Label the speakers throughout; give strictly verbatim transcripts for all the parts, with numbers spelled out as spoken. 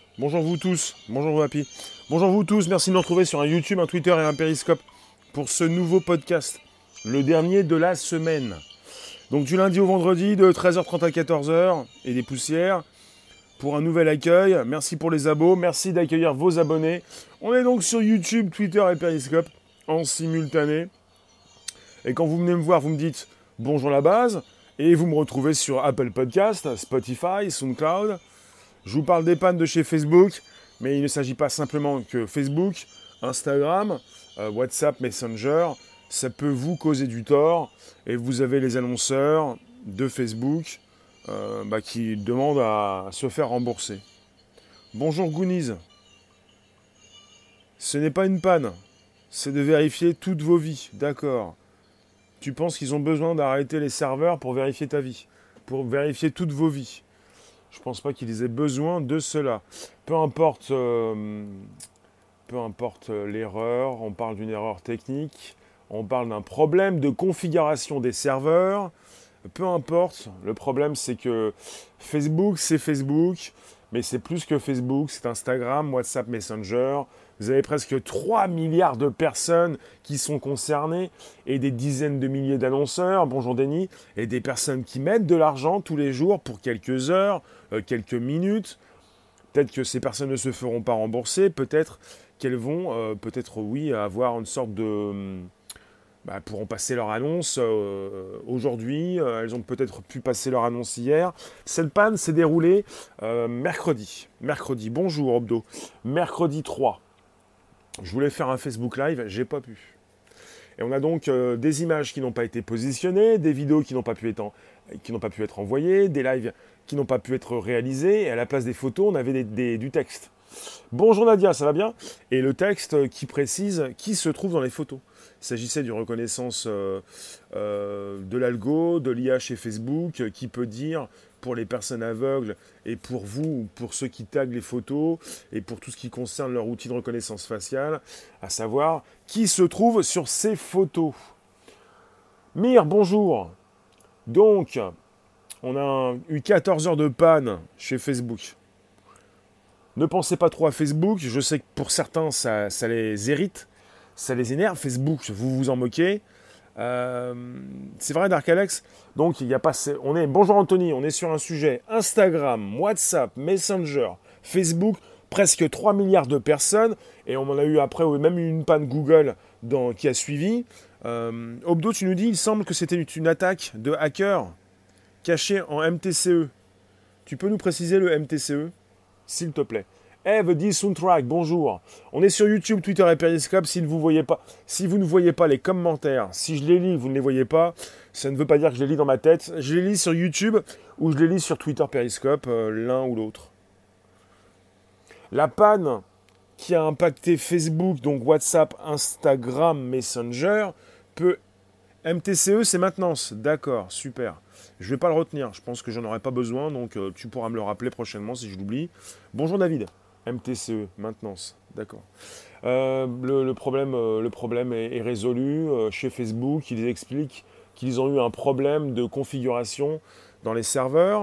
Speaker 1: Bonjour vous tous, bonjour vous Happy. Bonjour vous tous, merci de nous retrouver sur un YouTube, un Twitter et un Periscope pour ce nouveau podcast, le dernier de la semaine. Donc du lundi au vendredi de treize heures trente à quatorze heures et des poussières pour un nouvel accueil. Merci pour les abos, merci d'accueillir vos abonnés. On est donc sur YouTube, Twitter et Periscope en simultané. Et quand vous venez me voir, vous me dites bonjour la base et vous me retrouvez sur Apple Podcast, Spotify, SoundCloud. Je vous parle des pannes de chez Facebook, mais il ne s'agit pas simplement que Facebook, Instagram, euh, WhatsApp, Messenger, ça peut vous causer du tort. Et vous avez les annonceurs de Facebook euh, bah, qui demandent à se faire rembourser. Bonjour Goonies. Ce n'est pas une panne, c'est de vérifier toutes vos vies, d'accord. Tu penses qu'ils ont besoin d'arrêter les serveurs pour vérifier ta vie, pour vérifier toutes vos vies. Je ne pense pas qu'ils aient besoin de cela. Peu importe, euh, peu importe l'erreur, on parle d'une erreur technique, on parle d'un problème de configuration des serveurs. Peu importe, le problème c'est que Facebook c'est Facebook, mais c'est plus que Facebook, c'est Instagram, WhatsApp, Messenger. Vous avez presque trois milliards de personnes qui sont concernées et des dizaines de milliers d'annonceurs, bonjour Denis, et des personnes qui mettent de l'argent tous les jours pour quelques heures, euh, quelques minutes. Peut-être que ces personnes ne se feront pas rembourser, peut-être qu'elles vont, euh, peut-être oui, avoir une sorte de... Bah, pourront passer leur annonce euh, aujourd'hui, euh, elles ont peut-être pu passer leur annonce hier. Cette panne s'est déroulée euh, mercredi. Mercredi, bonjour Obdo. Mercredi trois. Je voulais faire un Facebook Live, j'ai pas pu. Et on a donc euh, des images qui n'ont pas été positionnées, des vidéos qui n'ont pas pu être, en, qui n'ont pas pu être envoyées, des lives qui n'ont pas pu être réalisés, et à la place des photos, on avait des, des, du texte. Bonjour Nadia, ça va bien? Et le texte qui précise qui se trouve dans les photos. Il s'agissait d'une reconnaissance euh, euh, de l'algo, de l'I A chez Facebook, euh, qui peut dire pour les personnes aveugles et pour vous, pour ceux qui taguent les photos, et pour tout ce qui concerne leur outil de reconnaissance faciale, à savoir qui se trouve sur ces photos. Mire, bonjour. Donc, on a eu quatorze heures de panne chez Facebook. Ne pensez pas trop à Facebook, je sais que pour certains ça, ça les hérite, ça les énerve, Facebook, vous vous en moquez. Euh, c'est vrai Dark Alex, donc il y a pas, on est, bonjour Anthony, on est sur un sujet Instagram, WhatsApp, Messenger, Facebook, presque trois milliards de personnes, et on en a eu après même une panne Google dans, qui a suivi. Euh, Obdo, tu nous dis, il semble que c'était une attaque de hacker cachée en M T C E. Tu peux nous préciser le M T C E s'il te plaît. Eve dit Soundtrack, bonjour. On est sur YouTube, Twitter et Periscope. Si vous, voyez pas, si vous ne voyez pas les commentaires, si je les lis, vous ne les voyez pas, ça ne veut pas dire que je les lis dans ma tête. Je les lis sur YouTube ou je les lis sur Twitter, Periscope, euh, l'un ou l'autre. La panne qui a impacté Facebook, donc WhatsApp, Instagram, Messenger, peut... M T C E, c'est maintenance. D'accord, super. Je ne vais pas le retenir. Je pense que j'en aurai pas besoin, donc euh, tu pourras me le rappeler prochainement si je l'oublie. Bonjour David. M T C E, maintenance. D'accord. Euh, le, le problème, euh, le problème est, est résolu. Euh, chez Facebook, ils expliquent qu'ils ont eu un problème de configuration dans les serveurs.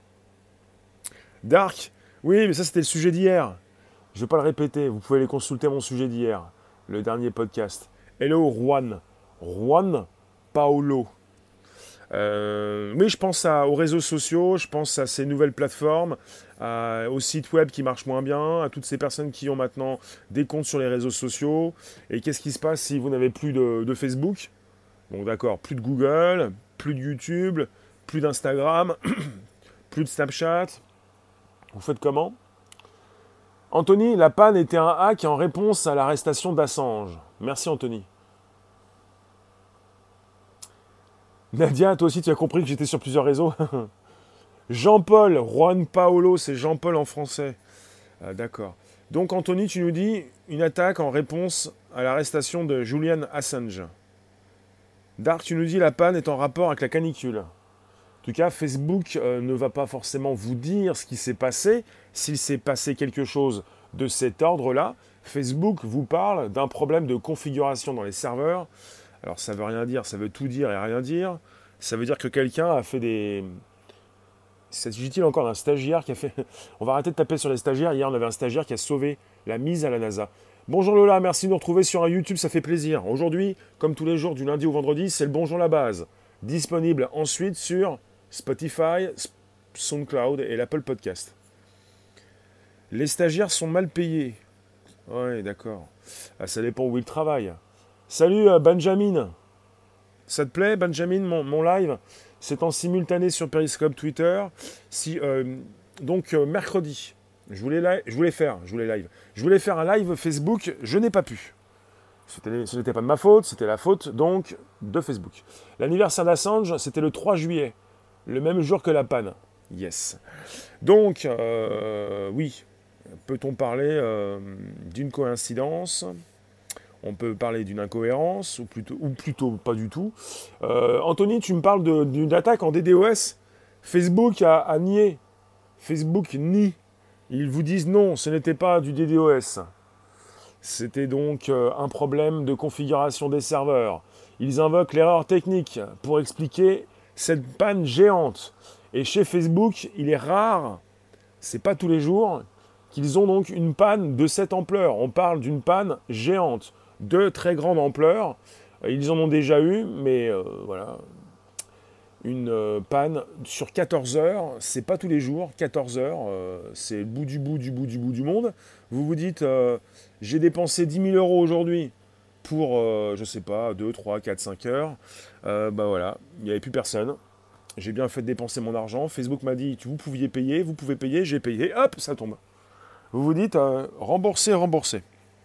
Speaker 1: Dark, oui, mais ça c'était le sujet d'hier. Je ne vais pas le répéter. Vous pouvez aller consulter mon sujet d'hier, le dernier podcast. Hello Juan. Juan Paolo. Euh, oui, je pense à, aux réseaux sociaux, je pense à ces nouvelles plateformes, à, aux sites web qui marchent moins bien, à toutes ces personnes qui ont maintenant des comptes sur les réseaux sociaux. Et qu'est-ce qui se passe si vous n'avez plus de, de Facebook? Bon, d'accord, plus de Google, plus de YouTube, plus d'Instagram, plus de Snapchat. Vous faites comment? Anthony, la panne était un hack en réponse à l'arrestation d'Assange. Merci Anthony. Nadia, toi aussi tu as compris que j'étais sur plusieurs réseaux. Jean-Paul, Juan Paolo, c'est Jean-Paul en français. Ah, d'accord. Donc Anthony, tu nous dis une attaque en réponse à l'arrestation de Julian Assange. Dark, tu nous dis la panne est en rapport avec la canicule. En tout cas, Facebook euh, ne va pas forcément vous dire ce qui s'est passé. S'il s'est passé quelque chose de cet ordre-là, Facebook vous parle d'un problème de configuration dans les serveurs. Alors ça veut rien dire, ça veut tout dire et rien dire. Ça veut dire que quelqu'un a fait des, S'agit-il encore d'un stagiaire qui a fait... On va arrêter de taper sur les stagiaires. Hier, on avait un stagiaire qui a sauvé la mise à la NASA. Bonjour Lola, merci de nous retrouver sur un YouTube, ça fait plaisir. Aujourd'hui, comme tous les jours du lundi au vendredi, c'est le Bonjour la base. Disponible ensuite sur Spotify, SoundCloud et l'Apple Podcast. Les stagiaires sont mal payés. Oui, d'accord. Ah, ça dépend où ils travaillent. Salut euh, Benjamin. Ça te plaît, Benjamin, mon, mon live? C'est en simultané sur Periscope Twitter. Si, euh, donc, euh, mercredi, je voulais, li- je voulais faire, je voulais live. Je voulais faire un live Facebook, je n'ai pas pu. C'était, ce n'était pas de ma faute, c'était la faute, donc, de Facebook. L'anniversaire d'Assange, c'était le trois juillet, le même jour que la panne. Yes. Donc, euh, oui, peut-on parler euh, d'une coïncidence ? On peut parler d'une incohérence, ou plutôt, ou plutôt pas du tout. Euh, Anthony, tu me parles de, d'une attaque en D DoS. Facebook a, a nié. Facebook nie. Ils vous disent non, ce n'était pas du D DoS. C'était donc euh, un problème de configuration des serveurs. Ils invoquent l'erreur technique pour expliquer cette panne géante. Et chez Facebook, il est rare, c'est pas tous les jours, qu'ils ont donc une panne de cette ampleur. On parle d'une panne géante, de très grande ampleur. Ils en ont déjà eu, mais euh, voilà. Une euh, panne sur quatorze heures, c'est pas tous les jours. quatorze heures, euh, c'est le bout du bout du bout du bout du monde. Vous vous dites, euh, j'ai dépensé dix mille euros aujourd'hui pour, euh, je sais pas, deux, trois, quatre, cinq heures. Euh, bah voilà, il n'y avait plus personne. J'ai bien fait de dépenser mon argent. Facebook m'a dit, vous pouviez payer, vous pouvez payer, j'ai payé, hop, ça tombe. Vous vous dites, euh, rembourser, rembourser.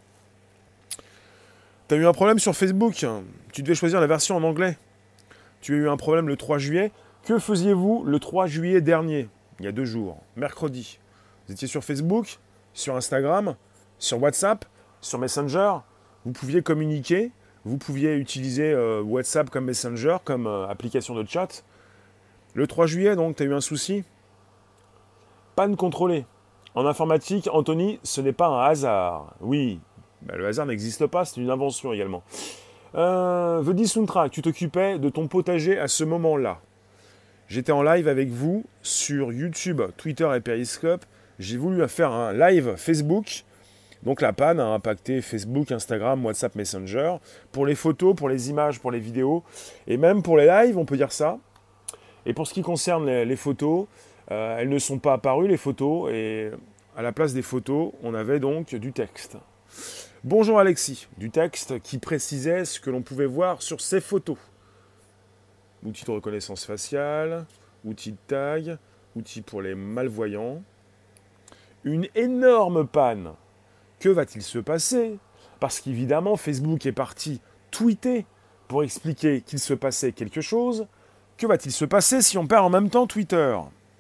Speaker 1: Tu as eu un problème sur Facebook, tu devais choisir la version en anglais. Tu as eu un problème le trois juillet. Que faisiez-vous le trois juillet dernier, il y a deux jours, mercredi? Vous étiez sur Facebook, sur Instagram, sur WhatsApp, sur Messenger. Vous pouviez communiquer, vous pouviez utiliser euh, WhatsApp comme Messenger, comme euh, application de chat. Le trois juillet, donc, tu as eu un souci. Panne contrôlée. En informatique, Anthony, ce n'est pas un hasard. Oui, ben, le hasard n'existe pas, c'est une invention également. Euh, Vedi Soundtrack, tu t'occupais de ton potager à ce moment-là. J'étais en live avec vous sur YouTube, Twitter et Periscope. J'ai voulu faire un live Facebook. Donc la panne a impacté Facebook, Instagram, WhatsApp, Messenger. Pour les photos, pour les images, pour les vidéos. Et même pour les lives, on peut dire ça. Et pour ce qui concerne les, les photos, euh, elles ne sont pas apparues, les photos. Et à la place des photos, on avait donc du texte. Bonjour Alexis, du texte qui précisait ce que l'on pouvait voir sur ces photos. Outil de reconnaissance faciale, outil de tag, outil pour les malvoyants. Une énorme panne. Que va-t-il se passer? Parce qu'évidemment, Facebook est parti tweeter pour expliquer qu'il se passait quelque chose. Que va-t-il se passer si on perd en même temps Twitter?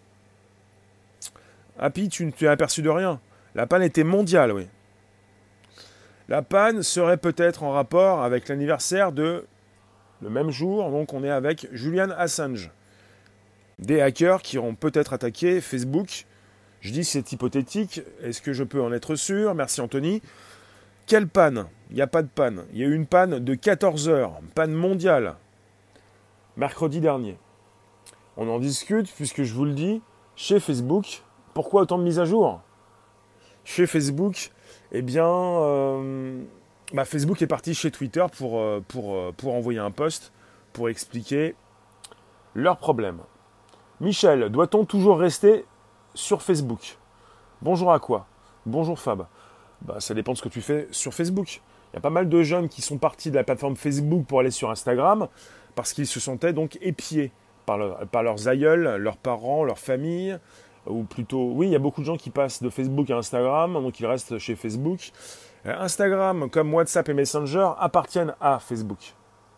Speaker 1: Happy, tu ne t'es aperçu de rien. La panne était mondiale, oui. La panne serait peut-être en rapport avec l'anniversaire de, le même jour, donc on est avec Julian Assange. Des hackers qui auront peut-être attaqué Facebook. Je dis c'est hypothétique, est-ce que je peux en être sûr? Merci Anthony. Quelle panne? Il n'y a pas de panne. Il y a eu une panne de quatorze heures, panne mondiale, mercredi dernier. On en discute puisque je vous le dis, chez Facebook, pourquoi autant de mises à jour? Chez Facebook, eh bien, euh, bah Facebook est parti chez Twitter pour, euh, pour, euh, pour envoyer un post pour expliquer leurs problèmes. Michel, doit-on toujours rester sur Facebook? Bonjour à quoi? Bonjour Fab. Bah, ça dépend de ce que tu fais sur Facebook. Il y a pas mal de jeunes qui sont partis de la plateforme Facebook pour aller sur Instagram parce qu'ils se sentaient donc épiés par, leur, par leurs aïeuls, leurs parents, leurs familles. Ou plutôt, oui, il y a beaucoup de gens qui passent de Facebook à Instagram, donc ils restent chez Facebook. Instagram, comme WhatsApp et Messenger, appartiennent à Facebook.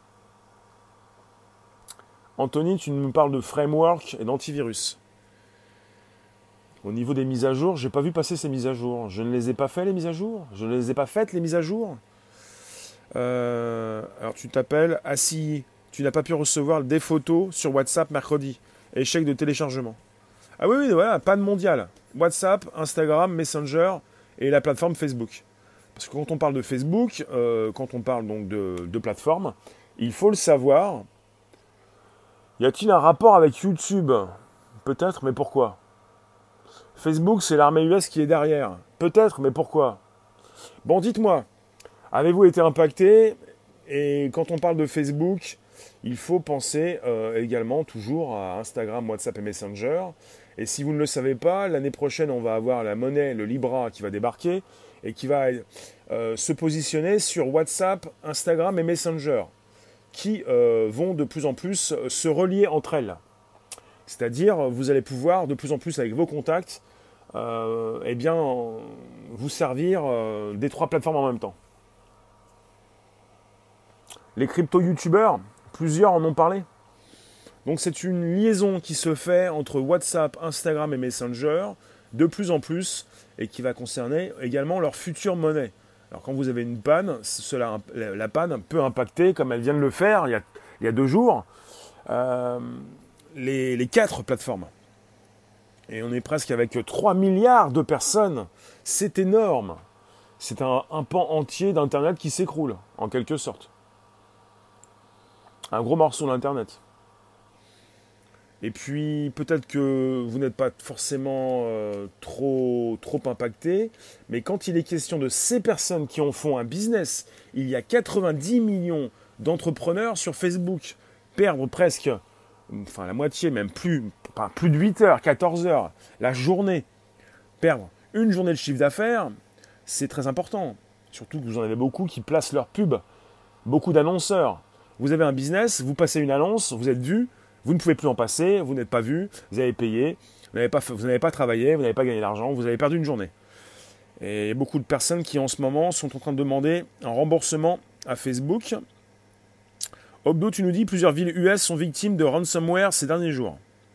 Speaker 1: Anthony, tu nous parles de framework et d'antivirus. Au niveau des mises à jour, je n'ai pas vu passer ces mises à jour. Je ne les ai pas fait, les mises à jour. Je ne les ai pas faites, les mises à jour. Euh, alors, tu t'appelles Assis. Tu n'as pas pu recevoir des photos sur WhatsApp mercredi. Échec de téléchargement. Ah oui, oui, voilà, panne mondiale. WhatsApp, Instagram, Messenger et la plateforme Facebook. Parce que quand on parle de Facebook, euh, quand on parle donc de, de plateforme, il faut le savoir. Y a-t-il un rapport avec YouTube? Peut-être, mais pourquoi? Facebook, c'est l'armée U S qui est derrière. Peut-être, mais pourquoi? Bon, dites-moi, avez-vous été impacté? Et quand on parle de Facebook, il faut penser euh, également toujours à Instagram, WhatsApp et Messenger. Et si vous ne le savez pas, l'année prochaine, on va avoir la monnaie, le Libra, qui va débarquer et qui va euh, se positionner sur WhatsApp, Instagram et Messenger, qui euh, vont de plus en plus se relier entre elles. C'est-à-dire, vous allez pouvoir de plus en plus avec vos contacts, euh, eh bien, vous servir euh, des trois plateformes en même temps. Les crypto-youtubeurs, plusieurs en ont parlé. Donc c'est une liaison qui se fait entre WhatsApp, Instagram et Messenger, de plus en plus, et qui va concerner également leur future monnaie. Alors quand vous avez une panne, cela, la panne peut impacter, comme elle vient de le faire il y a, il y a deux jours, euh, les, les quatre plateformes. Et on est presque avec trois milliards de personnes. C'est énorme. C'est un, un pan entier d'Internet qui s'écroule, en quelque sorte. Un gros morceau d'Internet. Et puis, peut-être que vous n'êtes pas forcément euh, trop, trop impacté, mais quand il est question de ces personnes qui en font un business, il y a quatre-vingt-dix millions d'entrepreneurs sur Facebook. Perdre presque, enfin la moitié, même plus, enfin, plus de huit heures, quatorze heures, la journée. Perdre une journée de chiffre d'affaires, c'est très important. Surtout que vous en avez beaucoup qui placent leur pub. Beaucoup d'annonceurs. Vous avez un business, vous passez une annonce, vous êtes vu, vous ne pouvez plus en passer, vous n'êtes pas vu, vous avez payé, vous n'avez pas, vous n'avez pas travaillé, vous n'avez pas gagné d'argent, vous avez perdu une journée. Et il y a beaucoup de personnes qui en ce moment sont en train de demander un remboursement à Facebook. Obdo, tu nous dis, plusieurs villes U S sont victimes de ransomware ces derniers jours.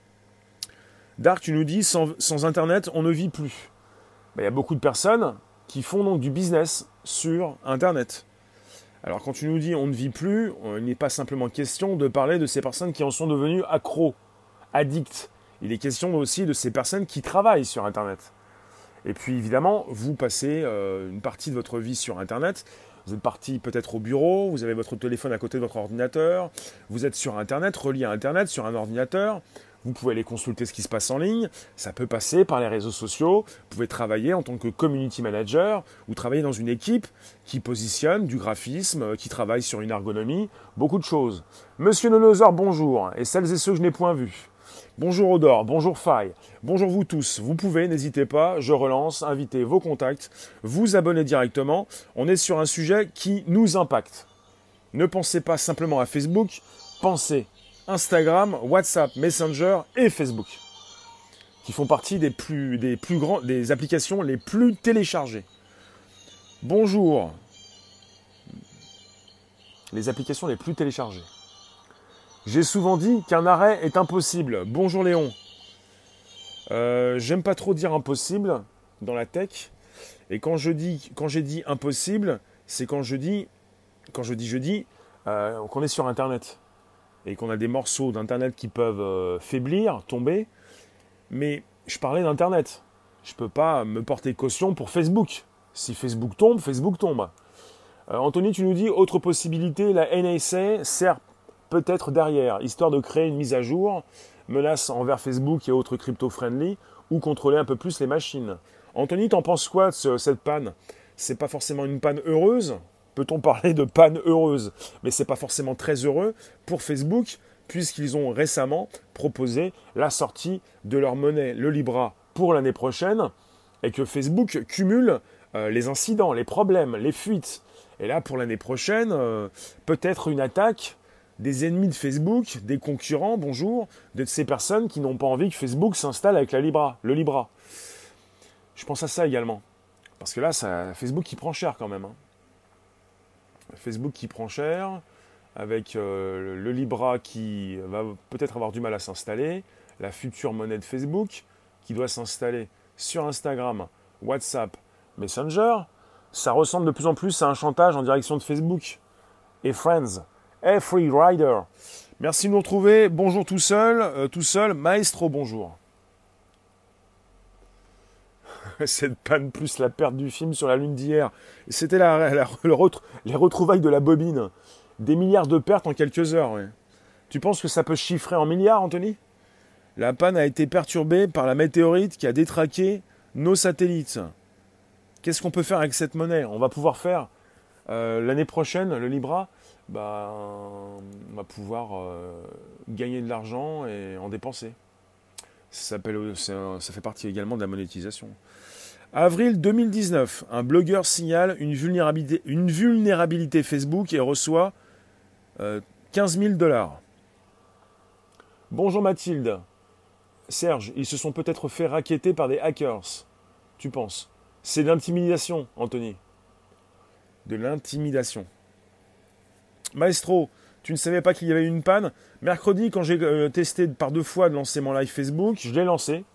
Speaker 1: Dark, tu nous dis, sans, sans Internet, on ne vit plus. Ben, il y a beaucoup de personnes qui font donc du business sur Internet. Alors quand tu nous dis on ne vit plus, il n'est pas simplement question de parler de ces personnes qui en sont devenues accros, addicts. Il est question aussi de ces personnes qui travaillent sur Internet. Et puis évidemment, vous passez euh, une partie de votre vie sur Internet. Vous êtes parti peut-être au bureau, vous avez votre téléphone à côté de votre ordinateur, vous êtes sur Internet, relié à Internet, sur un ordinateur. Vous pouvez aller consulter ce qui se passe en ligne. Ça peut passer par les réseaux sociaux. Vous pouvez travailler en tant que community manager ou travailler dans une équipe qui positionne du graphisme, qui travaille sur une ergonomie, beaucoup de choses. Monsieur Nonosor, bonjour. Et celles et ceux que je n'ai point vus. Bonjour Odor, bonjour Faye, bonjour vous tous. Vous pouvez, n'hésitez pas, je relance, invitez vos contacts, vous abonner directement. On est sur un sujet qui nous impacte. Ne pensez pas simplement à Facebook, pensez Instagram, WhatsApp, Messenger et Facebook, qui font partie des plus, des plus grands, des applications les plus téléchargées. Bonjour. Les applications les plus téléchargées. J'ai souvent dit qu'un arrêt est impossible. Bonjour Léon. Euh, j'aime pas trop dire impossible dans la tech. Et quand je dis, quand j'ai dit impossible, c'est quand je dis, quand je dis je dis, euh, qu'on est sur Internet. Et qu'on a des morceaux d'Internet qui peuvent euh, faiblir, tomber. Mais je parlais d'Internet. Je ne peux pas me porter caution pour Facebook. Si Facebook tombe, Facebook tombe. Euh, Anthony, tu nous dis, autre possibilité, la N S A sert peut-être derrière, histoire de créer une mise à jour, menace envers Facebook et autres crypto-friendly, ou contrôler un peu plus les machines. Anthony, t'en penses quoi de ce, cette panne? C'est pas forcément une panne heureuse? Peut-on parler de panne heureuse? Mais ce n'est pas forcément très heureux pour Facebook, puisqu'ils ont récemment proposé la sortie de leur monnaie, le Libra, pour l'année prochaine, et que Facebook cumule euh, les incidents, les problèmes, les fuites. Et là, pour l'année prochaine, euh, peut-être une attaque des ennemis de Facebook, des concurrents, bonjour, de ces personnes qui n'ont pas envie que Facebook s'installe avec la Libra, le Libra. Je pense à ça également. Parce que là, ça, Facebook qui prend cher quand même, hein. Facebook qui prend cher, avec euh, le Libra qui va peut-être avoir du mal à s'installer, la future monnaie de Facebook qui doit s'installer sur Instagram, WhatsApp, Messenger. Ça ressemble de plus en plus à un chantage en direction de Facebook et Friends. Hey Free Rider, merci de nous retrouver. Bonjour tout seul, euh, tout seul, Maestro, bonjour. Cette panne plus la perte du film sur la lune d'hier. C'était la, la, la, le retr- les retrouvailles de la bobine. Des milliards de pertes en quelques heures. Ouais. Tu penses que ça peut chiffrer en milliards, Anthony? La panne a été perturbée par la météorite qui a détraqué nos satellites. Qu'est-ce qu'on peut faire avec cette monnaie? On va pouvoir faire euh, l'année prochaine, le Libra, bah, on va pouvoir euh, gagner de l'argent et en dépenser. Ça, s'appelle, ça fait partie également de la monétisation. Avril deux mille dix-neuf, un blogueur signale une vulnérabilité, une vulnérabilité Facebook et reçoit euh, quinze mille dollars. Bonjour Mathilde. Serge, ils se sont peut-être fait racketter par des hackers. Tu penses? C'est de l'intimidation, Anthony. De l'intimidation. Maestro, tu ne savais pas qu'il y avait une panne? Mercredi, quand j'ai euh, testé par deux fois de lancer mon live Facebook, je l'ai lancé.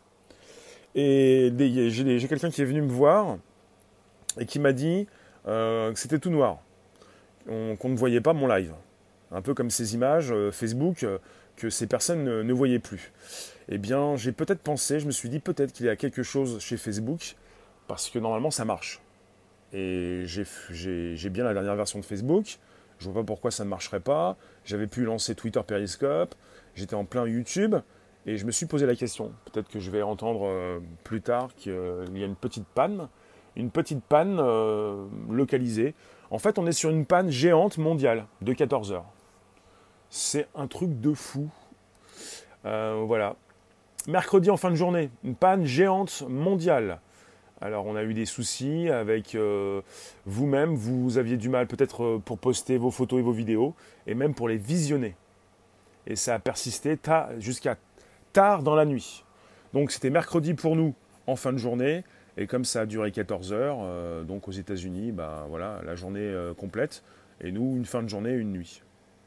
Speaker 1: Et des, j'ai, j'ai quelqu'un qui est venu me voir et qui m'a dit euh, que c'était tout noir. On, qu'on ne voyait pas mon live. Un peu comme ces images euh, Facebook euh, que ces personnes ne, ne voyaient plus. Eh bien, j'ai peut-être pensé, je me suis dit peut-être qu'il y a quelque chose chez Facebook, parce que normalement ça marche. Et j'ai, j'ai, j'ai bien la dernière version de Facebook, je ne vois pas pourquoi ça ne marcherait pas. J'avais pu lancer Twitter Periscope, j'étais en plein YouTube, et je me suis posé la question. Peut-être que je vais entendre euh, plus tard qu'il y a une petite panne, une petite panne euh, localisée. En fait, on est sur une panne géante mondiale de quatorze heures. C'est un truc de fou. Euh, voilà. Mercredi en fin de journée, une panne géante mondiale. Alors on a eu des soucis avec euh, vous-même, vous aviez du mal peut-être euh, pour poster vos photos et vos vidéos, et même pour les visionner. Et ça a persisté ta- jusqu'à tard dans la nuit. Donc c'était mercredi pour nous en fin de journée, et comme ça a duré quatorze heures, euh, donc aux États-Unis, bah, voilà, la journée euh, complète, et nous une fin de journée, une nuit.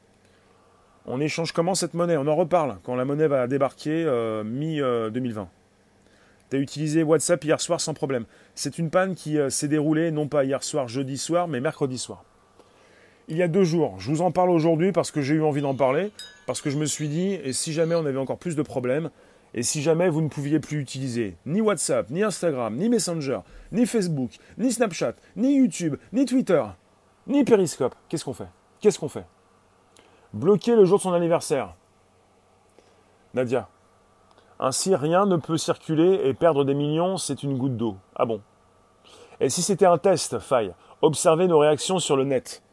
Speaker 1: On échange comment cette monnaie? On en reparle quand la monnaie va débarquer euh, mi-deux mille vingt. Tu as utilisé WhatsApp hier soir sans problème. C'est une panne qui euh, s'est déroulée non pas hier soir, jeudi soir, mais mercredi soir. Il y a deux jours. Je vous en parle aujourd'hui parce que j'ai eu envie d'en parler, parce que je me suis dit, et si jamais on avait encore plus de problèmes, et si jamais vous ne pouviez plus utiliser ni WhatsApp, ni Instagram, ni Messenger, ni Facebook, ni Snapchat, ni YouTube, ni Twitter, ni Periscope, qu'est-ce qu'on fait? Qu'est-ce qu'on fait? Bloqué le jour de son anniversaire. Nadia. Ainsi, rien ne peut circuler et perdre des millions, c'est une goutte d'eau. Ah bon? Et si c'était un test, Faille, observez nos réactions sur le net.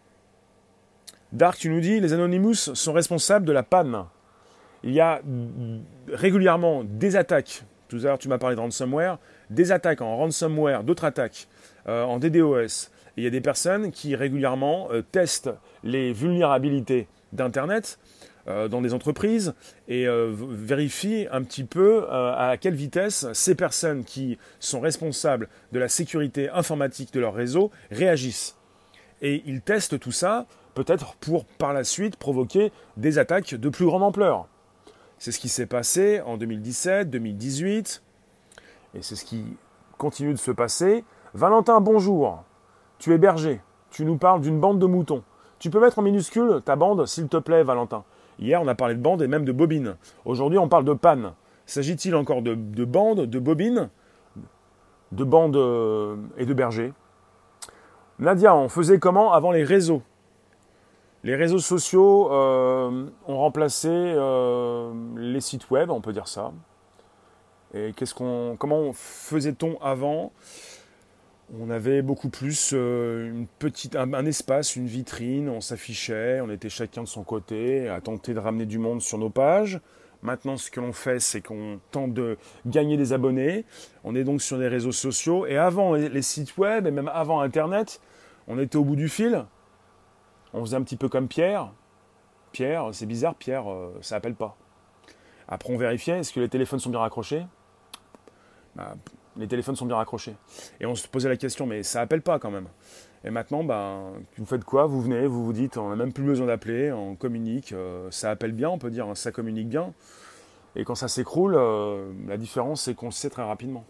Speaker 1: Dark, tu nous dis, les Anonymous sont responsables de la panne. Il y a régulièrement des attaques. Tout à l'heure, tu m'as parlé de ransomware. Des attaques en ransomware, d'autres attaques euh, en D DoS. Et il y a des personnes qui régulièrement euh, testent les vulnérabilités d'Internet euh, dans des entreprises et euh, vérifient un petit peu euh, à quelle vitesse ces personnes qui sont responsables de la sécurité informatique de leur réseau réagissent. Et ils testent tout ça, peut-être pour par la suite provoquer des attaques de plus grande ampleur. C'est ce qui s'est passé en deux mille dix-sept, deux mille dix-huit, et c'est ce qui continue de se passer. Valentin, bonjour. Tu es berger. Tu nous parles d'une bande de moutons. Tu peux mettre en minuscule ta bande, s'il te plaît, Valentin. Hier, on a parlé de bande et même de bobine. Aujourd'hui, on parle de panne. S'agit-il encore de, de bande, de bobine, de bande euh, et de berger? Nadia, on faisait comment avant les réseaux? Les réseaux sociaux euh, ont remplacé euh, les sites web, on peut dire ça. Et qu'est-ce qu'on, comment faisait-on avant? On avait beaucoup plus euh, une petite, un, un espace, une vitrine, on s'affichait, on était chacun de son côté, à tenter de ramener du monde sur nos pages. Maintenant, ce que l'on fait, c'est qu'on tente de gagner des abonnés. On est donc sur les réseaux sociaux. Et avant les, les sites web, et même avant Internet, on était au bout du fil. On faisait un petit peu comme Pierre. Pierre, c'est bizarre, Pierre, euh, ça appelle pas. Après, on vérifiait, est-ce que les téléphones sont bien raccrochés? Bah, les téléphones sont bien raccrochés. Et on se posait la question, mais ça appelle pas quand même. Et maintenant, ben, vous faites quoi? Vous venez, vous vous dites, on n'a même plus besoin d'appeler, on communique, euh, ça appelle bien, on peut dire, hein, ça communique bien. Et quand ça s'écroule, euh, la différence, c'est qu'on le sait très rapidement.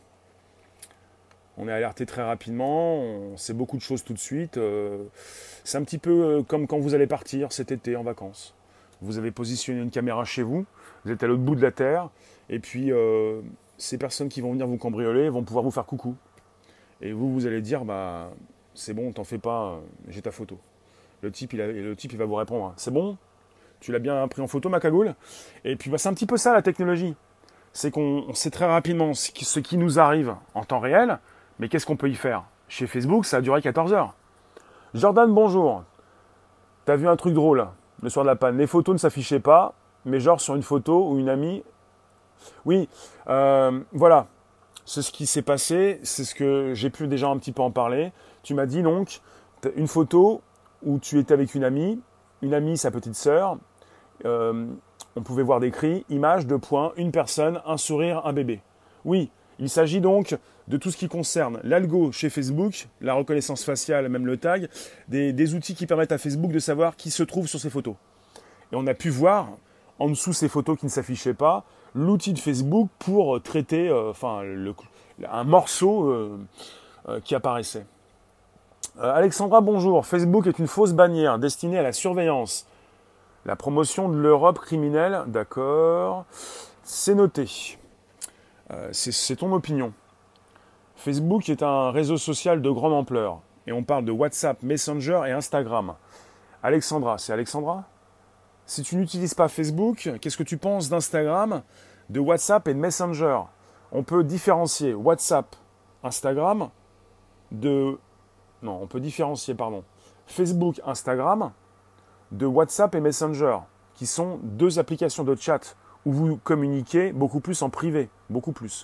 Speaker 1: On est alerté très rapidement, on sait beaucoup de choses tout de suite. Euh, c'est un petit peu euh, comme quand vous allez partir cet été en vacances. Vous avez positionné une caméra chez vous, vous êtes à l'autre bout de la terre, et puis euh, ces personnes qui vont venir vous cambrioler vont pouvoir vous faire coucou. Et vous, vous allez dire, bah, c'est bon, t'en fais pas, j'ai ta photo. Le type, il a, le type, il va vous répondre, c'est bon, Tu l'as bien pris en photo, ma cagoule? Et puis, bah, c'est un petit peu ça, la technologie. C'est qu'on on sait très rapidement ce qui, ce qui nous arrive en temps réel, mais qu'est-ce qu'on peut y faire? Chez Facebook, ça a duré quatorze heures. Jordan, bonjour. T'as vu un truc drôle le soir de la panne? Les photos ne s'affichaient pas, mais genre sur une photo ou une amie. Oui, euh, voilà. C'est ce qui s'est passé, c'est ce que j'ai pu déjà un petit peu en parler. Tu m'as dit donc, une photo où tu étais avec une amie, une amie, sa petite sœur, euh, on pouvait voir des cris, image, deux points, une personne, un sourire, un bébé. Oui, il s'agit donc de tout ce qui concerne l'algo chez Facebook, la reconnaissance faciale, même le tag, des, des outils qui permettent à Facebook de savoir qui se trouve sur ces photos. Et on a pu voir, en dessous ces photos qui ne s'affichaient pas, l'outil de Facebook pour traiter euh, enfin, le, un morceau euh, euh, qui apparaissait. Euh, Alexandra, bonjour. Facebook est une fausse bannière destinée à la surveillance. La promotion de l'Europe criminelle, d'accord. C'est noté. Euh, c'est, c'est ton opinion. Facebook est un réseau social de grande ampleur. Et on parle de WhatsApp, Messenger et Instagram. Alexandra, c'est Alexandra ? Si tu n'utilises pas Facebook, qu'est-ce que tu penses d'Instagram, de WhatsApp et de Messenger? On peut différencier WhatsApp, Instagram, de... Non, on peut différencier, pardon, Facebook, Instagram, de WhatsApp et Messenger, qui sont deux applications de chat où vous communiquez beaucoup plus en privé, beaucoup plus.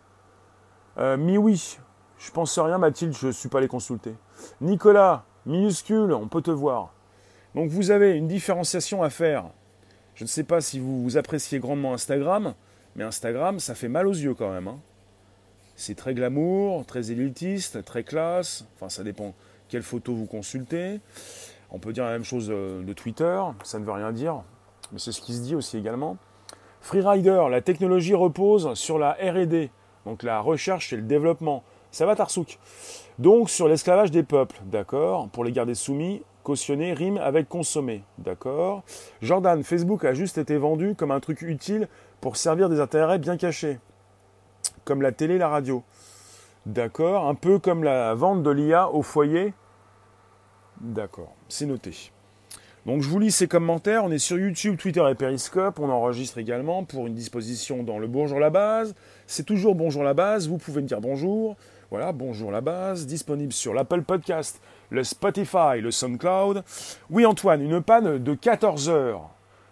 Speaker 1: Euh, mi oui, je pense rien, Mathilde, je ne suis pas allé consulter. Nicolas, minuscule, on peut te voir. Donc vous avez une différenciation à faire. Je ne sais pas si vous, vous appréciez grandement Instagram, mais Instagram, ça fait mal aux yeux quand même. Hein. C'est très glamour, très élitiste, très classe. Enfin, ça dépend quelle photo vous consultez. On peut dire la même chose de Twitter, ça ne veut rien dire, mais c'est ce qui se dit aussi également. Freerider, la technologie repose sur la R et D, donc la recherche et le développement. Ça va, Tarsouk? Donc sur l'esclavage des peuples, d'accord, pour les garder soumis. Cautionner rime avec consommer, d'accord. Jordan, Facebook a juste été vendu comme un truc utile pour servir des intérêts bien cachés, comme la télé, la radio, d'accord. Un peu comme la vente de l'I A au foyer, d'accord, c'est noté. Donc je vous lis ces commentaires, on est sur YouTube, Twitter et Periscope, on enregistre également pour une disposition dans le Bonjour la base. C'est toujours Bonjour la base, vous pouvez me dire bonjour. Voilà, Bonjour la base, disponible sur l'Apple Podcast, le Spotify, le SoundCloud. Oui Antoine, une panne de quatorze heures.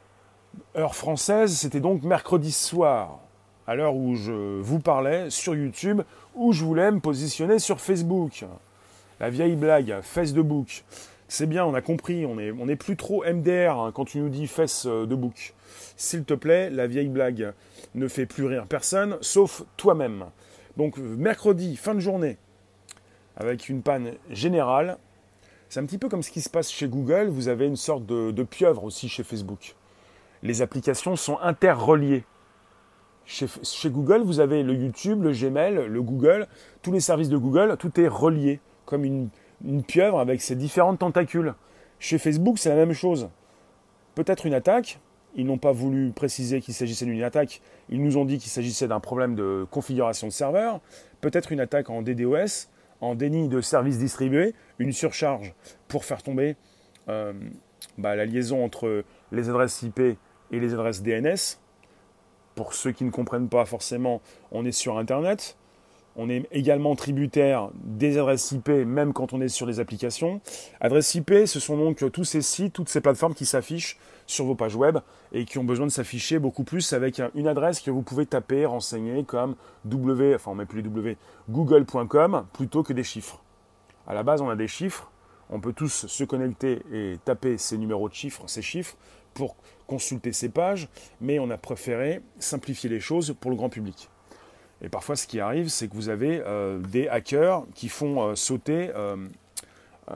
Speaker 1: Heure française, c'était donc mercredi soir, à l'heure où je vous parlais sur YouTube, où je voulais me positionner sur Facebook. La vieille blague, face de bouc. C'est bien, on a compris, on n'est on est plus trop M D R hein, quand tu nous dis face de bouc. S'il te plaît, la vieille blague ne fait plus rire personne, sauf toi-même. Donc mercredi, fin de journée, avec une panne générale. C'est un petit peu comme ce qui se passe chez Google, vous avez une sorte de, de pieuvre aussi chez Facebook. Les applications sont interreliées. Chez, chez Google, vous avez le YouTube, le Gmail, le Google, tous les services de Google, tout est relié, comme une, une pieuvre avec ses différentes tentacules. Chez Facebook, c'est la même chose. Peut-être une attaque. Ils n'ont pas voulu préciser qu'il s'agissait d'une attaque. Ils nous ont dit qu'il s'agissait d'un problème de configuration de serveur. Peut-être une attaque en D DoS, en déni de service distribué, une surcharge pour faire tomber euh, bah, la liaison entre les adresses I P et les adresses D N S. Pour ceux qui ne comprennent pas forcément, on est sur Internet. On est également tributaire des adresses I P, même quand on est sur les applications. Adresses I P, ce sont donc tous ces sites, toutes ces plateformes qui s'affichent sur vos pages web et qui ont besoin de s'afficher beaucoup plus avec une adresse que vous pouvez taper, renseigner comme W, enfin on met plus les W, google point com plutôt que des chiffres. À la base, on a des chiffres. On peut tous se connecter et taper ces numéros de chiffres, ces chiffres, pour consulter ces pages, mais on a préféré simplifier les choses pour le grand public. Et parfois, ce qui arrive, c'est que vous avez euh, des hackers qui font euh, sauter, euh, euh,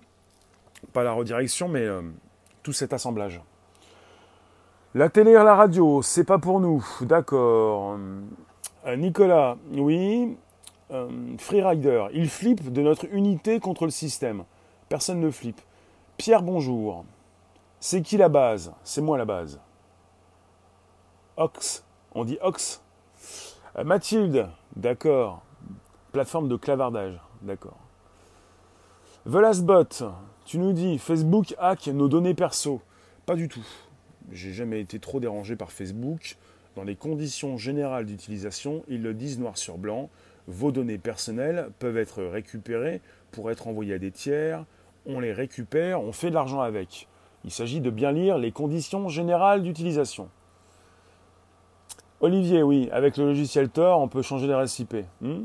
Speaker 1: pas la redirection, mais euh, tout cet assemblage. La télé et la radio, c'est pas pour nous, d'accord. Euh, Nicolas, oui. Euh, Freerider, il flippe de notre unité contre le système. Personne ne flippe. Pierre, bonjour. C'est qui la base? C'est moi la base. Ox, on dit Ox. Euh, Mathilde, d'accord. Plateforme de clavardage, d'accord. Velasbot, tu nous dis Facebook hack nos données perso. Pas du tout. j'ai jamais été trop dérangé par Facebook. Dans les conditions générales d'utilisation, ils le disent noir sur blanc, vos données personnelles peuvent être récupérées pour être envoyées à des tiers, on les récupère, on fait de l'argent avec. Il s'agit de bien lire les conditions générales d'utilisation. Olivier, oui, avec le logiciel Tor, on peut changer l'adresse I P. Hmm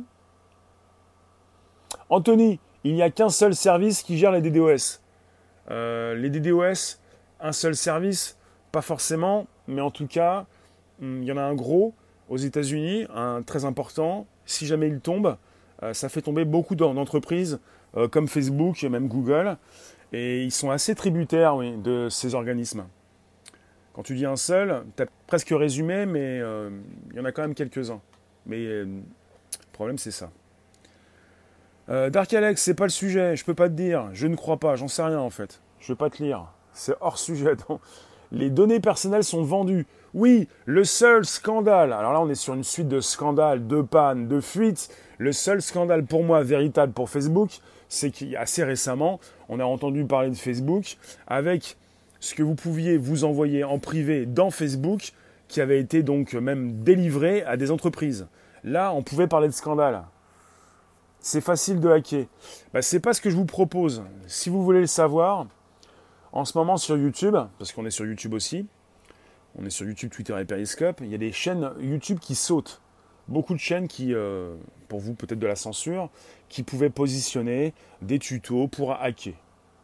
Speaker 1: Anthony, il n'y a qu'un seul service qui gère les D D O S. Euh, les D D O S, un seul service, pas forcément, mais en tout cas, il y en a un gros aux États-Unis, un très important. Si jamais il tombe, euh, ça fait tomber beaucoup d'entreprises euh, comme Facebook et même Google. Et ils sont assez tributaires, oui, de ces organismes. Quand tu dis un seul, tu as presque résumé, mais euh, il y en a quand même quelques-uns. Mais euh, le problème, c'est ça. Euh, Dark Alex, c'est pas le sujet, je peux pas te dire. Je ne crois pas, j'en sais rien en fait. Je vais pas te lire. C'est hors sujet. Donc, les données personnelles sont vendues. Oui, le seul scandale, alors là on est sur une suite de scandales, de pannes, de fuites. Le seul scandale pour moi véritable pour Facebook, c'est qu'assez récemment, on a entendu parler de Facebook avec ce que vous pouviez vous envoyer en privé dans Facebook, qui avait été donc même délivré à des entreprises. Là, on pouvait parler de scandale. C'est facile de hacker. Bah, c'est pas ce que je vous propose. Si vous voulez le savoir, en ce moment sur YouTube, parce qu'on est sur YouTube aussi, on est sur YouTube, Twitter et Periscope, il y a des chaînes YouTube qui sautent. Beaucoup de chaînes qui, euh, pour vous peut-être de la censure, qui pouvaient positionner des tutos pour hacker.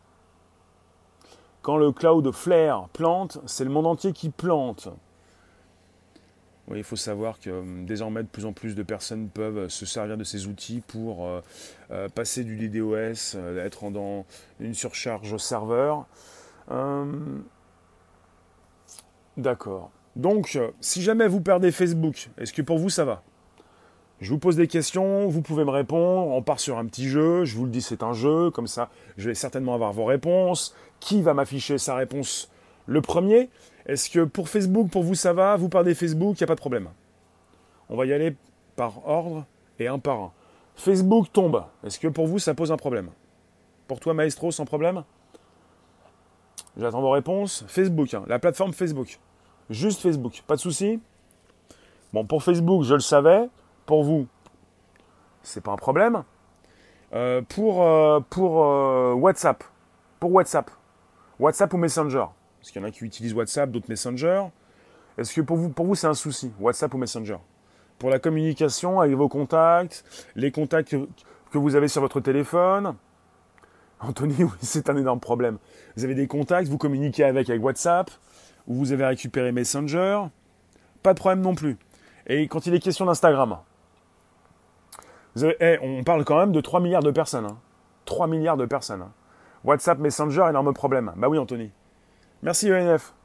Speaker 1: Quand le cloud Flare plante, c'est le monde entier qui plante. Oui, il faut savoir que euh, désormais, de plus en plus de personnes peuvent se servir de ces outils pour euh, euh, passer du D D O S, euh, être en, dans une surcharge au serveur. Euh, D'accord. Donc, euh, si jamais vous perdez Facebook, est-ce que pour vous ça va ? Je vous pose des questions, vous pouvez me répondre, on part sur un petit jeu, je vous le dis c'est un jeu, comme ça je vais certainement avoir vos réponses. Qui va m'afficher sa réponse le premier ? Est-ce que pour Facebook, pour vous ça va ? Vous perdez Facebook, il n'y a pas de problème. On va y aller par ordre et un par un. Facebook tombe, est-ce que pour vous ça pose un problème ? Pour toi Maestro, sans problème ? J'attends vos réponses. Facebook, hein, la plateforme Facebook. Juste Facebook, pas de souci ? Bon, pour Facebook, je le savais. Pour vous, c'est pas un problème. Euh, pour euh, pour euh, WhatsApp, pour WhatsApp, WhatsApp ou Messenger, parce qu'il y en a qui utilisent WhatsApp, d'autres Messenger. Est-ce que pour vous, pour vous, c'est un souci, WhatsApp ou Messenger ? Pour la communication avec vos contacts, les contacts que, que vous avez sur votre téléphone. Anthony, oui, c'est un énorme problème. Vous avez des contacts, vous communiquez avec avec WhatsApp, ou vous avez récupéré Messenger. Pas de problème non plus. Et quand il est question d'Instagram, vous avez, hey, on parle quand même de trois milliards de personnes. Hein. trois milliards de personnes. Hein. WhatsApp, Messenger, énorme problème. Bah oui, Anthony. Merci, E N F.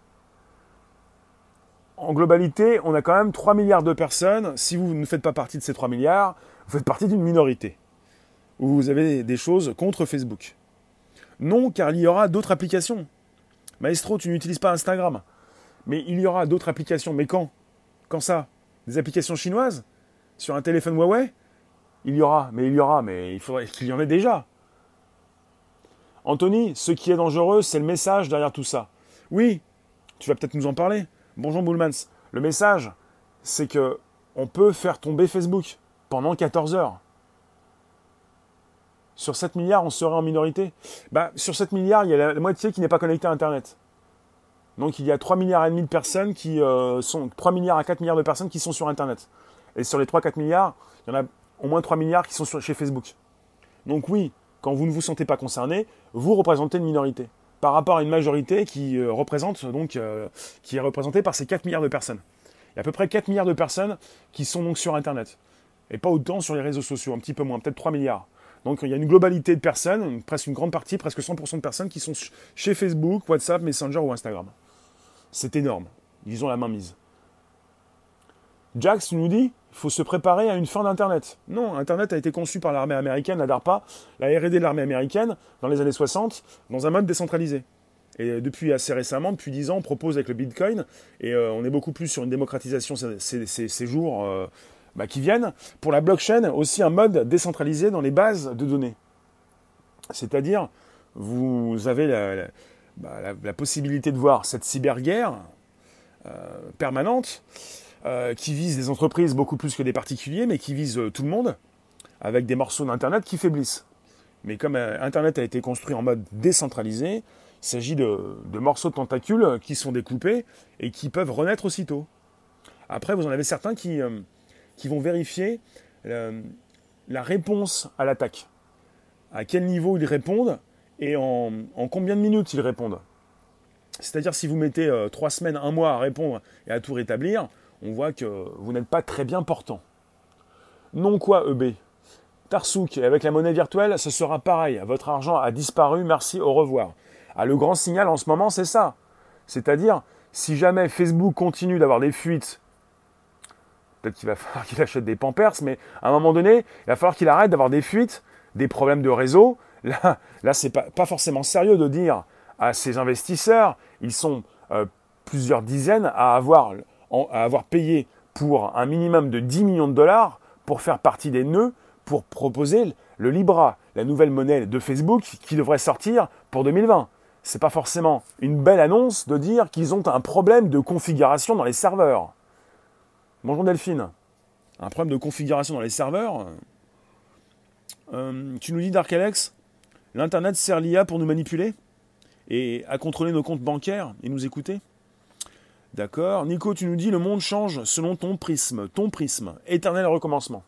Speaker 1: En globalité, on a quand même trois milliards de personnes. Si vous ne faites pas partie de ces trois milliards, vous faites partie d'une minorité. Où vous avez des choses contre Facebook. Non, car il y aura d'autres applications. Maestro, tu n'utilises pas Instagram. Mais il y aura d'autres applications. Mais quand ? Quand ça ? Des applications chinoises ? Sur un téléphone Huawei ? Il y aura, mais il y aura, mais il faudrait qu'il y en ait déjà. Anthony, ce qui est dangereux, c'est le message derrière tout ça. Oui, tu vas peut-être nous en parler. Bonjour Bullmans. Le message, c'est que on peut faire tomber Facebook pendant quatorze heures. Sur sept milliards, on serait en minorité. Bah, sur sept milliards, il y a la moitié qui n'est pas connectée à Internet. Donc il y a trois milliards et demi de personnes qui euh, sont trois milliards à quatre milliards de personnes qui sont sur Internet. Et sur les trois à quatre milliards, il y en a au moins trois milliards qui sont sur, chez Facebook. Donc oui, quand vous ne vous sentez pas concerné, vous représentez une minorité par rapport à une majorité qui euh, représente donc euh, qui est représentée par ces quatre milliards de personnes. Il y a à peu près quatre milliards de personnes qui sont donc sur Internet et pas autant sur les réseaux sociaux, un petit peu moins, peut-être trois milliards. Donc il y a une globalité de personnes, une, presque une grande partie, presque cent pour cent de personnes qui sont chez Facebook, WhatsApp, Messenger ou Instagram. C'est énorme. Ils ont la main mise. Jax nous dit, il faut se préparer à une fin d'Internet. Non, Internet a été conçu par l'armée américaine, la DARPA, la R et D de l'armée américaine, dans les années soixante, dans un mode décentralisé. Et depuis assez récemment, depuis dix ans, on propose avec le Bitcoin, et euh, on est beaucoup plus sur une démocratisation ces, ces, ces, ces jours euh, bah, qui viennent. Pour la blockchain, aussi un mode décentralisé dans les bases de données. C'est-à-dire, vous avez la, la, bah, la, la possibilité de voir cette cyberguerre, permanente, euh, qui vise des entreprises beaucoup plus que des particuliers, mais qui vise euh, tout le monde, avec des morceaux d'Internet qui faiblissent. Mais comme euh, Internet a été construit en mode décentralisé, il s'agit de, de morceaux de tentacules qui sont découpés et qui peuvent renaître aussitôt. Après, vous en avez certains qui, euh, qui vont vérifier euh, la réponse à l'attaque. À quel niveau ils répondent et en, en combien de minutes ils répondent. C'est-à-dire si vous mettez euh, trois semaines, un mois à répondre et à tout rétablir, on voit que vous n'êtes pas très bien portant. Non quoi, E B? Tarsouk, avec la monnaie virtuelle, ce sera pareil. Votre argent a disparu, merci, au revoir. Ah, le grand signal en ce moment, c'est ça. C'est-à-dire, si jamais Facebook continue d'avoir des fuites, peut-être qu'il va falloir qu'il achète des Pampers, mais à un moment donné, il va falloir qu'il arrête d'avoir des fuites, des problèmes de réseau. Là, là c'est pas, pas forcément sérieux de dire à ces investisseurs, ils sont euh, plusieurs dizaines à avoir, en, à avoir payé pour un minimum de dix millions de dollars pour faire partie des nœuds, pour proposer le Libra, la nouvelle monnaie de Facebook qui devrait sortir pour deux mille vingt. C'est pas forcément une belle annonce de dire qu'ils ont un problème de configuration dans les serveurs. Bonjour Delphine. Un problème de configuration dans les serveurs. Euh, tu nous dis, Dark Alex, l'Internet sert l'I A pour nous manipuler et à contrôler nos comptes bancaires et nous écouter. D'accord. Nico, tu nous dis, le monde change selon ton prisme. Ton prisme. Éternel recommencement.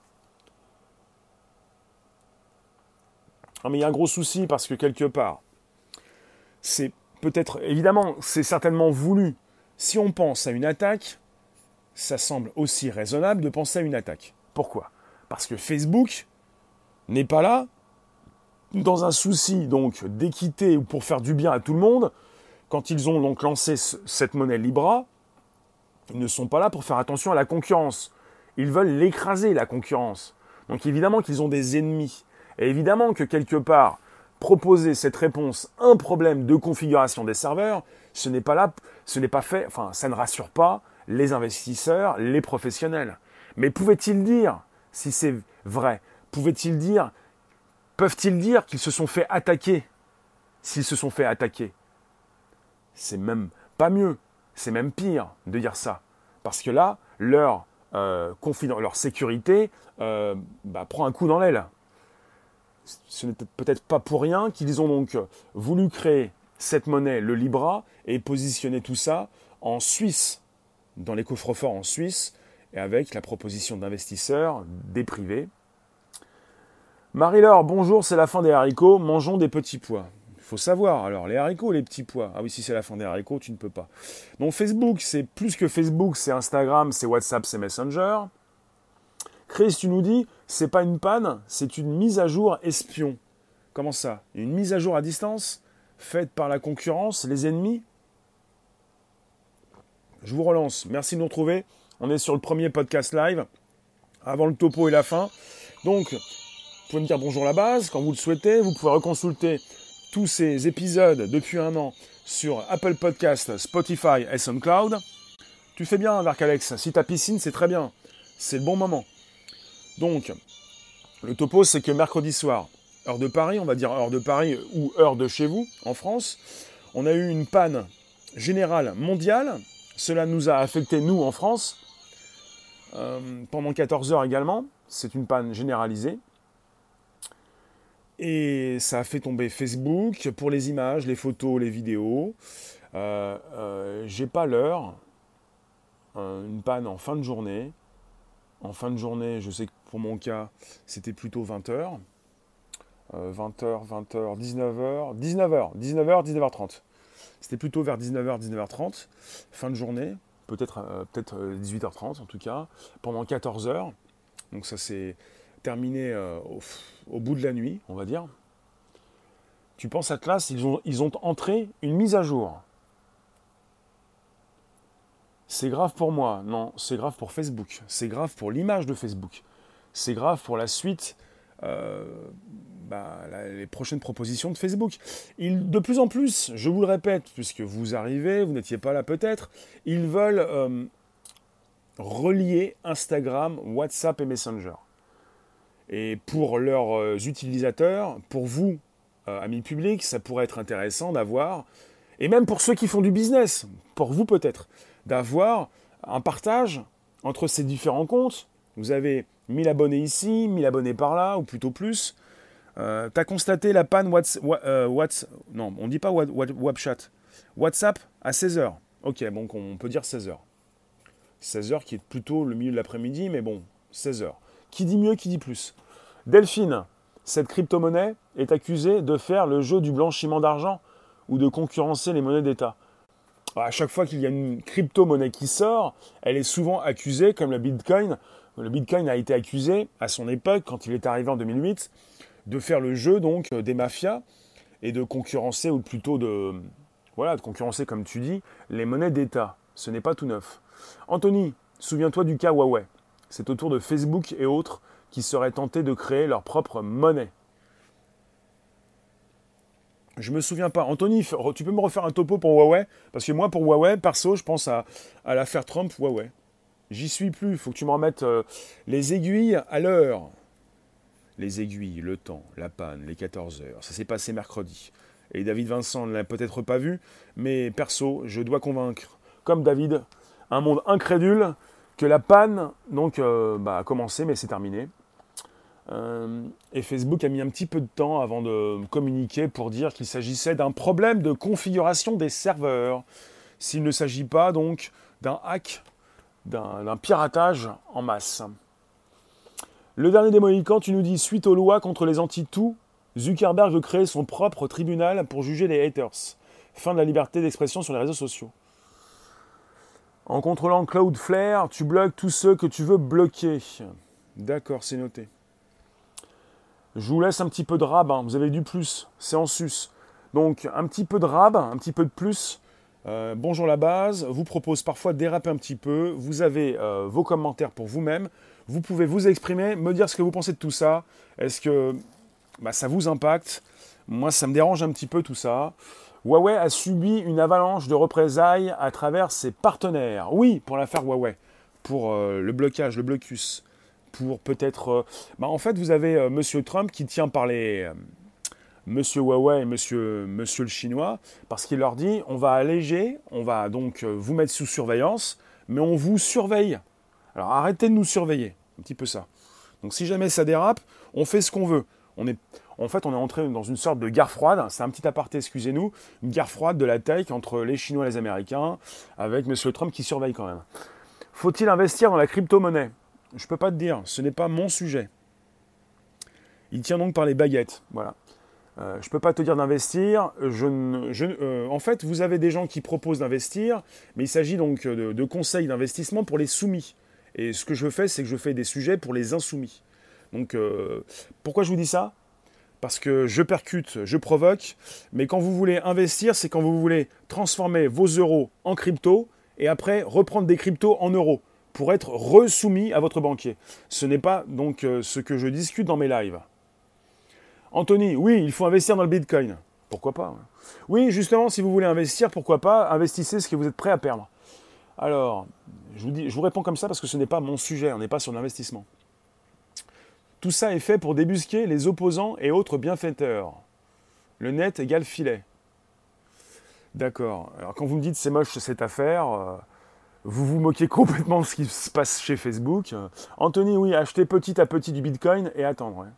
Speaker 1: Non, mais il y a un gros souci parce que quelque part, c'est peut-être, évidemment, c'est certainement voulu. Si on pense à une attaque, ça semble aussi raisonnable de penser à une attaque. Pourquoi? Parce que Facebook n'est pas là dans un souci donc d'équité ou pour faire du bien à tout le monde. Quand ils ont donc lancé ce, cette monnaie Libra, ils ne sont pas là pour faire attention à la concurrence. Ils veulent l'écraser, la concurrence. Donc évidemment qu'ils ont des ennemis. Et évidemment que quelque part, proposer cette réponse, un problème de configuration des serveurs, ce n'est pas là, ce n'est pas fait, enfin, ça ne rassure pas les investisseurs, les professionnels. Mais pouvait-il dire, si c'est vrai, pouvait-il dire, peuvent-ils dire qu'ils se sont fait attaquer, s'ils se sont fait attaquer? C'est même pas mieux, c'est même pire de dire ça. Parce que là, leur, euh, confiden- leur sécurité euh, bah, prend un coup dans l'aile. Ce n'est peut-être pas pour rien qu'ils ont donc voulu créer cette monnaie, le Libra, et positionner tout ça en Suisse, dans les coffres-forts en Suisse, et avec la proposition d'investisseurs, des privés. Marie-Laure, bonjour, c'est la fin des haricots, mangeons des petits pois. Il faut savoir, alors, les haricots ou les petits pois? Ah oui, si c'est la fin des haricots, tu ne peux pas. Donc Facebook, c'est plus que Facebook, c'est Instagram, c'est WhatsApp, c'est Messenger. Chris, tu nous dis, c'est pas une panne, c'est une mise à jour espion. Comment ça? Une mise à jour à distance, faite par la concurrence, les ennemis? Je vous relance. Merci de nous retrouver. On est sur le premier podcast live, avant le topo et la fin. Donc, vous pouvez me dire bonjour à la base, quand vous le souhaitez. Vous pouvez reconsulter tous ces épisodes depuis un an sur Apple Podcasts, Spotify et SoundCloud. Tu fais bien, Dark Alex. Si t'as piscine, c'est très bien. C'est le bon moment. Donc, le topo, c'est que mercredi soir, heure de Paris, on va dire heure de Paris ou heure de chez vous, en France, on a eu une panne générale mondiale. Cela nous a affecté, nous, en France, euh, pendant quatorze heures également. C'est une panne généralisée. Et ça a fait tomber Facebook pour les images, les photos, les vidéos. Euh, euh, j'ai pas l'heure. Euh, une panne en fin de journée. En fin de journée, je sais que pour mon cas, c'était plutôt vingt heures. Euh, vingt heures, vingt heures, dix-neuf heures, dix-neuf heures, dix-neuf heures, dix-neuf heures trente. C'était plutôt vers dix-neuf heures, dix-neuf heures trente, fin de journée, peut-être euh, peut-être dix-huit heures trente en tout cas, pendant quatorze heures. Donc ça s'est terminé euh, au, au bout de la nuit, on va dire. Tu penses à Atlas, ils ont, ils ont entré une mise à jour. C'est grave pour moi. Non, c'est grave pour Facebook. C'est grave pour l'image de Facebook. C'est grave pour la suite, euh, bah, la, les prochaines propositions de Facebook. Ils, de plus en plus, je vous le répète, puisque vous arrivez, vous n'étiez pas là peut-être, ils veulent euh, relier Instagram, WhatsApp et Messenger. Et pour leurs euh, utilisateurs, pour vous, euh, amis publics, ça pourrait être intéressant d'avoir, et même pour ceux qui font du business, pour vous peut-être, d'avoir un partage entre ces différents comptes. Vous avez mille abonnés ici, mille abonnés par là, ou plutôt plus. Euh, tu as constaté la panne Whats, euh, Whats, non, on ne dit pas WhatsApp, WhatsApp à seize heures. Ok, bon, on peut dire seize heures. seize heures qui est plutôt le milieu de l'après-midi, mais bon, seize heures. Qui dit mieux, qui dit plus. Delphine, cette crypto-monnaie est accusée de faire le jeu du blanchiment d'argent ou de concurrencer les monnaies d'État. À chaque fois qu'il y a une crypto-monnaie qui sort, elle est souvent accusée, comme le Bitcoin. Le Bitcoin a été accusé, à son époque, quand il est arrivé en deux mille huit, de faire le jeu donc des mafias et de concurrencer, ou plutôt de, voilà, de concurrencer, comme tu dis, les monnaies d'État. Ce n'est pas tout neuf. Anthony, souviens-toi du cas Huawei. C'est autour de Facebook et autres qui seraient tentés de créer leur propre monnaie. Je me souviens pas. Anthony, tu peux me refaire un topo pour Huawei? Parce que moi, pour Huawei, perso, je pense à, à l'affaire Trump Huawei. J'y suis plus. Il faut que tu me remettes euh, les aiguilles à l'heure. Les aiguilles, le temps, la panne, les quatorze heures. Ça s'est passé mercredi. Et David Vincent ne l'a peut-être pas vu, mais perso, je dois convaincre, comme David, un monde incrédule, que la panne donc, euh, bah, a commencé, mais c'est terminé. Euh, et Facebook a mis un petit peu de temps avant de communiquer pour dire qu'il s'agissait d'un problème de configuration des serveurs. S'il ne s'agit pas donc d'un hack, d'un, d'un piratage en masse. Le dernier des Mohicans, tu nous dis, suite aux lois contre les anti-tout, Zuckerberg veut créer son propre tribunal pour juger les haters. Fin de la liberté d'expression sur les réseaux sociaux. En contrôlant Cloudflare, tu bloques tous ceux que tu veux bloquer. D'accord, c'est noté. Je vous laisse un petit peu de rab, hein. Vous avez du plus, c'est en sus. Donc un petit peu de rab, un petit peu de plus. Euh, bonjour la base, vous propose parfois de déraper un petit peu. Vous avez euh, vos commentaires pour vous-même. Vous pouvez vous exprimer, me dire ce que vous pensez de tout ça. Est-ce que bah, ça vous impacte? Moi, ça me dérange un petit peu tout ça. Huawei a subi une avalanche de représailles à travers ses partenaires. Oui, pour l'affaire Huawei, pour euh, le blocage, le blocus. Pour peut-être... Euh, bah en fait, vous avez euh, Monsieur Trump qui tient par les... Euh, Monsieur Huawei et Monsieur, Monsieur le Chinois, parce qu'il leur dit, on va alléger, on va donc euh, vous mettre sous surveillance, mais on vous surveille. Alors arrêtez de nous surveiller, un petit peu ça. Donc si jamais ça dérape, on fait ce qu'on veut. On est, en fait, on est entré dans une sorte de guerre froide, c'est un petit aparté, excusez-nous, une guerre froide de la tech entre les Chinois et les Américains, avec Monsieur Trump qui surveille quand même. Faut-il investir dans la crypto-monnaie? Je ne peux pas te dire, ce n'est pas mon sujet. Il tient donc par les baguettes, voilà. Euh, je ne peux pas te dire d'investir. Je ne, je, euh, en fait, vous avez des gens qui proposent d'investir, mais il s'agit donc de, de conseils d'investissement pour les soumis. Et ce que je fais, c'est que je fais des sujets pour les insoumis. Donc, euh, pourquoi je vous dis ça? Parce que je percute, je provoque, mais quand vous voulez investir, c'est quand vous voulez transformer vos euros en crypto et après reprendre des cryptos en euros pour être resoumis à votre banquier. Ce n'est pas donc euh, ce que je discute dans mes lives. Anthony, oui, il faut investir dans le Bitcoin. Pourquoi pas? Oui, justement, si vous voulez investir, pourquoi pas, investissez ce que vous êtes prêt à perdre. Alors, je vous, dis, je vous réponds comme ça parce que ce n'est pas mon sujet, on n'est pas sur l'investissement. Tout ça est fait pour débusquer les opposants et autres bienfaiteurs. Le net égale filet. D'accord. Alors quand vous me dites c'est moche cette affaire, euh, vous vous moquez complètement de ce qui se passe chez Facebook. Euh, Anthony, oui, achetez petit à petit du Bitcoin et attendre. Ouais.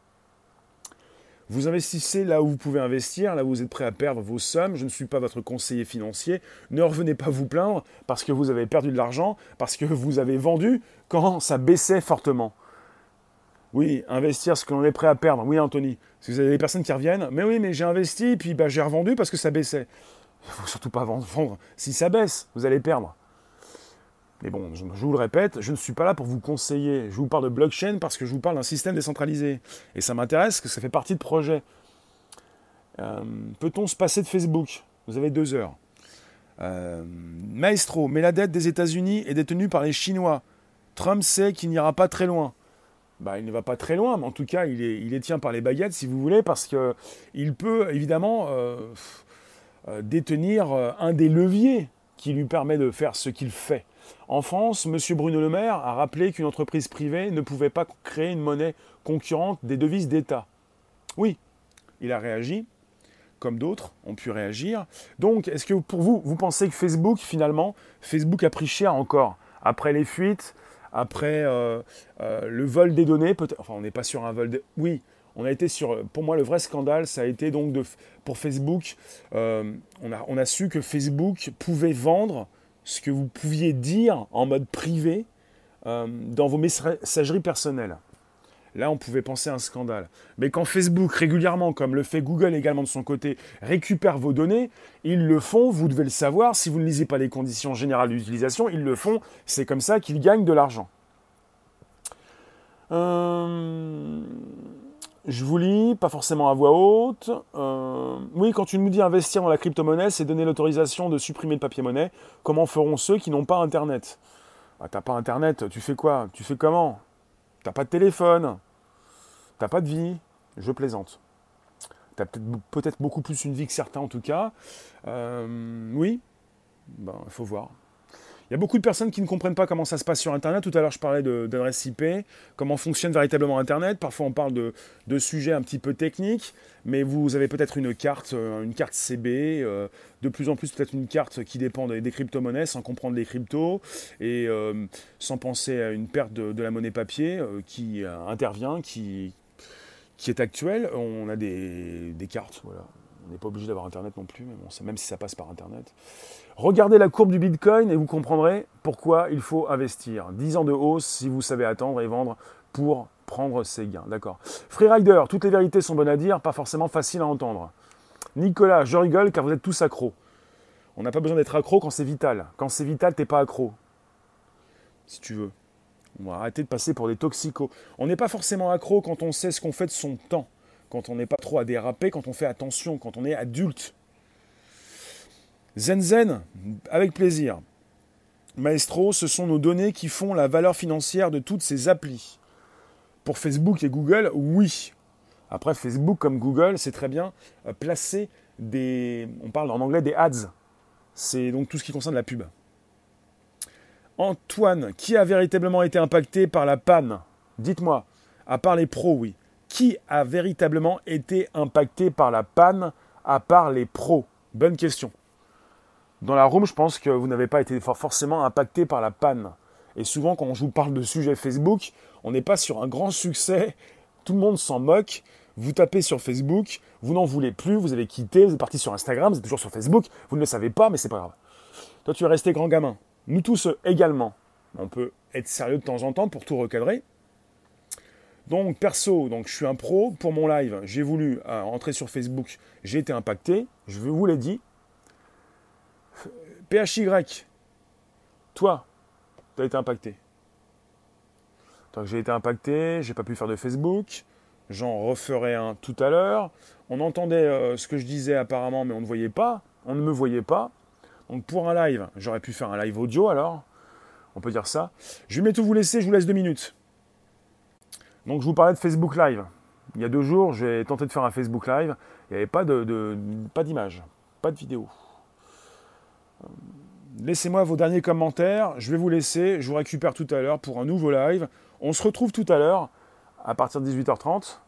Speaker 1: Vous investissez là où vous pouvez investir, là où vous êtes prêt à perdre vos sommes. Je ne suis pas votre conseiller financier. Ne revenez pas vous plaindre parce que vous avez perdu de l'argent, parce que vous avez vendu quand ça baissait fortement. Oui, investir ce que l'on est prêt à perdre. Oui, Anthony. Si vous avez des personnes qui reviennent, mais oui, mais j'ai investi et puis bah, j'ai revendu parce que ça baissait. Il ne faut surtout pas vendre. Si ça baisse, vous allez perdre. Mais bon, je, je vous le répète, je ne suis pas là pour vous conseiller. Je vous parle de blockchain parce que je vous parle d'un système décentralisé. Et ça m'intéresse parce que ça fait partie de projet. Euh, peut-on se passer de Facebook? Vous avez deux heures. Euh, Maestro, mais la dette des États-Unis est détenue par les Chinois. Trump sait qu'il n'ira pas très loin. Bah, il ne va pas très loin, mais en tout cas, il est, il est tient par les baguettes, si vous voulez, parce qu'il peut, évidemment, euh, euh, détenir euh, un des leviers qui lui permet de faire ce qu'il fait. En France, M. Bruno Le Maire a rappelé qu'une entreprise privée ne pouvait pas créer une monnaie concurrente des devises d'État. Oui, il a réagi, comme d'autres ont pu réagir. Donc, est-ce que pour vous, vous pensez que Facebook, finalement, Facebook a pris cher encore après les fuites, après euh, euh, le vol des données, peut-être, enfin, on n'est pas sur un vol de... Oui, on a été sur... Pour moi, le vrai scandale, ça a été donc de, pour Facebook, euh, on, a, on a su que Facebook pouvait vendre ce que vous pouviez dire en mode privé euh, dans vos messageries personnelles. Là, on pouvait penser à un scandale. Mais quand Facebook, régulièrement, comme le fait Google également de son côté, récupère vos données, ils le font, vous devez le savoir, si vous ne lisez pas les conditions générales d'utilisation, ils le font, c'est comme ça qu'ils gagnent de l'argent. Euh... Je vous lis, pas forcément à voix haute. Euh... Oui, quand tu nous dis investir dans la crypto-monnaie, c'est donner l'autorisation de supprimer le papier-monnaie. Comment feront ceux qui n'ont pas Internet ? Bah, t'as pas Internet, tu fais quoi ? Tu fais comment ? T'as pas de téléphone ? T'as pas de vie, je plaisante. T'as peut-être, peut-être beaucoup plus une vie que certains en tout cas. Euh, oui, ben, il faut voir. Il y a beaucoup de personnes qui ne comprennent pas comment ça se passe sur Internet. Tout à l'heure, je parlais de, d'adresse I P, comment fonctionne véritablement Internet. Parfois, on parle de, de sujets un petit peu techniques, mais vous avez peut-être une carte, une carte C B, euh, de plus en plus peut-être une carte qui dépend des, des crypto-monnaies, sans comprendre les cryptos, et euh, sans penser à une perte de, de la monnaie papier euh, qui euh, intervient, qui... qui est actuel, on a des, des cartes, voilà. On n'est pas obligé d'avoir Internet non plus, mais bon, c'est même si ça passe par Internet. Regardez la courbe du Bitcoin et vous comprendrez pourquoi il faut investir. dix ans de hausse si vous savez attendre et vendre pour prendre ses gains. D'accord. Freerider, toutes les vérités sont bonnes à dire, pas forcément faciles à entendre. Nicolas, je rigole car vous êtes tous accros. On n'a pas besoin d'être accro quand c'est vital. Quand c'est vital, t'es pas accro. Si tu veux. On va arrêter de passer pour des toxicos. On n'est pas forcément accro quand on sait ce qu'on fait de son temps, quand on n'est pas trop à déraper, quand on fait attention, quand on est adulte. Zen Zen, avec plaisir. Maestro, ce sont nos données qui font la valeur financière de toutes ces applis. Pour Facebook et Google, oui. Après, Facebook comme Google, c'est très bien euh, placer des... On parle en anglais des ads. C'est donc tout ce qui concerne la pub. Antoine, qui a véritablement été impacté par la panne ? Dites-moi, à part les pros, oui. Qui a véritablement été impacté par la panne, à part les pros ? Bonne question. Dans la room, je pense que vous n'avez pas été forcément impacté par la panne. Et souvent, quand on vous parle de sujet Facebook, on n'est pas sur un grand succès. Tout le monde s'en moque. Vous tapez sur Facebook, vous n'en voulez plus, vous avez quitté, vous êtes parti sur Instagram, vous êtes toujours sur Facebook, vous ne le savez pas, mais c'est pas grave. Toi, tu es resté grand gamin. Nous tous également. On peut être sérieux de temps en temps pour tout recadrer. Donc, perso, donc, je suis un pro. Pour mon live, j'ai voulu euh, entrer sur Facebook. J'ai été impacté. Je vous l'ai dit. P H Y, toi, tu as été impacté. Donc, j'ai été impacté. J'ai pas pu faire de Facebook. J'en referai un tout à l'heure. On entendait euh, ce que je disais apparemment, mais on ne voyait pas. On ne me voyait pas. Donc pour un live, j'aurais pu faire un live audio alors, on peut dire ça. Je vais bientôt vous laisser, je vous laisse deux minutes. Donc je vous parlais de Facebook Live. Il y a deux jours, j'ai tenté de faire un Facebook Live, il n'y avait pas, de, de, pas d'image, pas de vidéo. Laissez-moi vos derniers commentaires, je vais vous laisser, je vous récupère tout à l'heure pour un nouveau live. On se retrouve tout à l'heure à partir de dix-huit heures trente.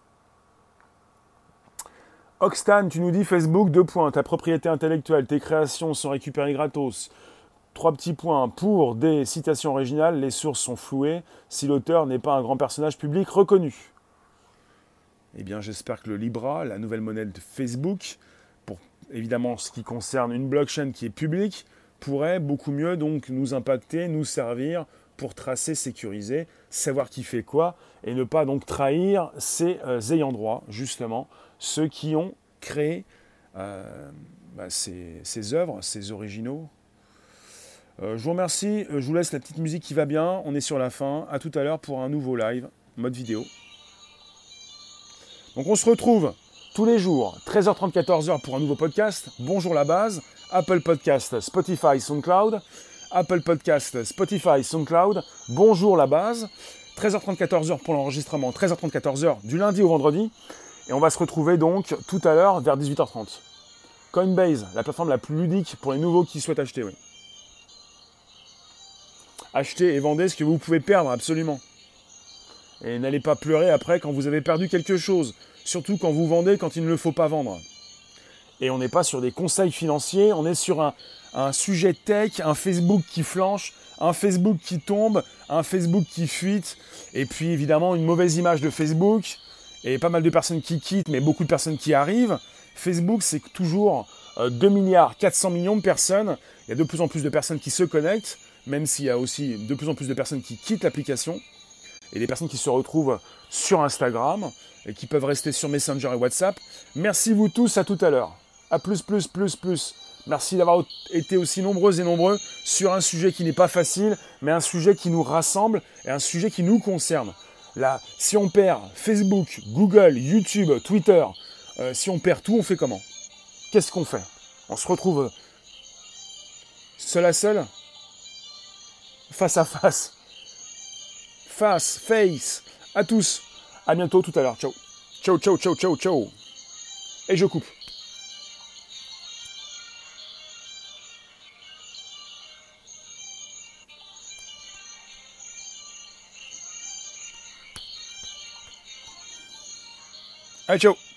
Speaker 1: Oxtan, tu nous dis Facebook, deux points, ta propriété intellectuelle, tes créations sont récupérées gratos. Trois petits points, pour des citations originales, les sources sont flouées si l'auteur n'est pas un grand personnage public reconnu. Eh bien, j'espère que le Libra, la nouvelle monnaie de Facebook, pour évidemment ce qui concerne une blockchain qui est publique, pourrait beaucoup mieux donc nous impacter, nous servir pour tracer, sécuriser, savoir qui fait quoi, et ne pas donc trahir ses euh, ayants droit, justement, ceux qui ont créé euh, bah, ces, ces œuvres, ces originaux. Euh, je vous remercie, je vous laisse la petite musique qui va bien, on est sur la fin, à tout à l'heure pour un nouveau live, mode vidéo. Donc on se retrouve tous les jours, treize heures trente, quatorze heures pour un nouveau podcast. Bonjour la base, Apple Podcast, Spotify, SoundCloud, Apple Podcast, Spotify, SoundCloud, bonjour la base, treize heures trente, quatorze heures pour l'enregistrement, treize heures trente, quatorze heures du lundi au vendredi. Et on va se retrouver donc tout à l'heure vers dix-huit heures trente. Coinbase, la plateforme la plus ludique pour les nouveaux qui souhaitent acheter, oui. Achetez et vendez ce que vous pouvez perdre, absolument. Et n'allez pas pleurer après quand vous avez perdu quelque chose. Surtout quand vous vendez quand il ne le faut pas vendre. Et on n'est pas sur des conseils financiers, on est sur un, un sujet tech, un Facebook qui flanche, un Facebook qui tombe, un Facebook qui fuite, et puis évidemment une mauvaise image de Facebook, et pas mal de personnes qui quittent, mais beaucoup de personnes qui arrivent. Facebook, c'est toujours euh, deux milliards quatre cents millions de personnes. Il y a de plus en plus de personnes qui se connectent, même s'il y a aussi de plus en plus de personnes qui quittent l'application, et des personnes qui se retrouvent sur Instagram, et qui peuvent rester sur Messenger et WhatsApp. Merci vous tous, à tout à l'heure. À plus, plus, plus, plus. Merci d'avoir été aussi nombreux et nombreux sur un sujet qui n'est pas facile, mais un sujet qui nous rassemble et un sujet qui nous concerne. Là, si on perd Facebook, Google, YouTube, Twitter, euh, si on perd tout, on fait comment? Qu'est-ce qu'on fait? On se retrouve seul à seul? Face à face? Face, face. À tous. À bientôt tout à l'heure. Ciao. Ciao, ciao, ciao, ciao, ciao. Et je coupe. Allez, ciao.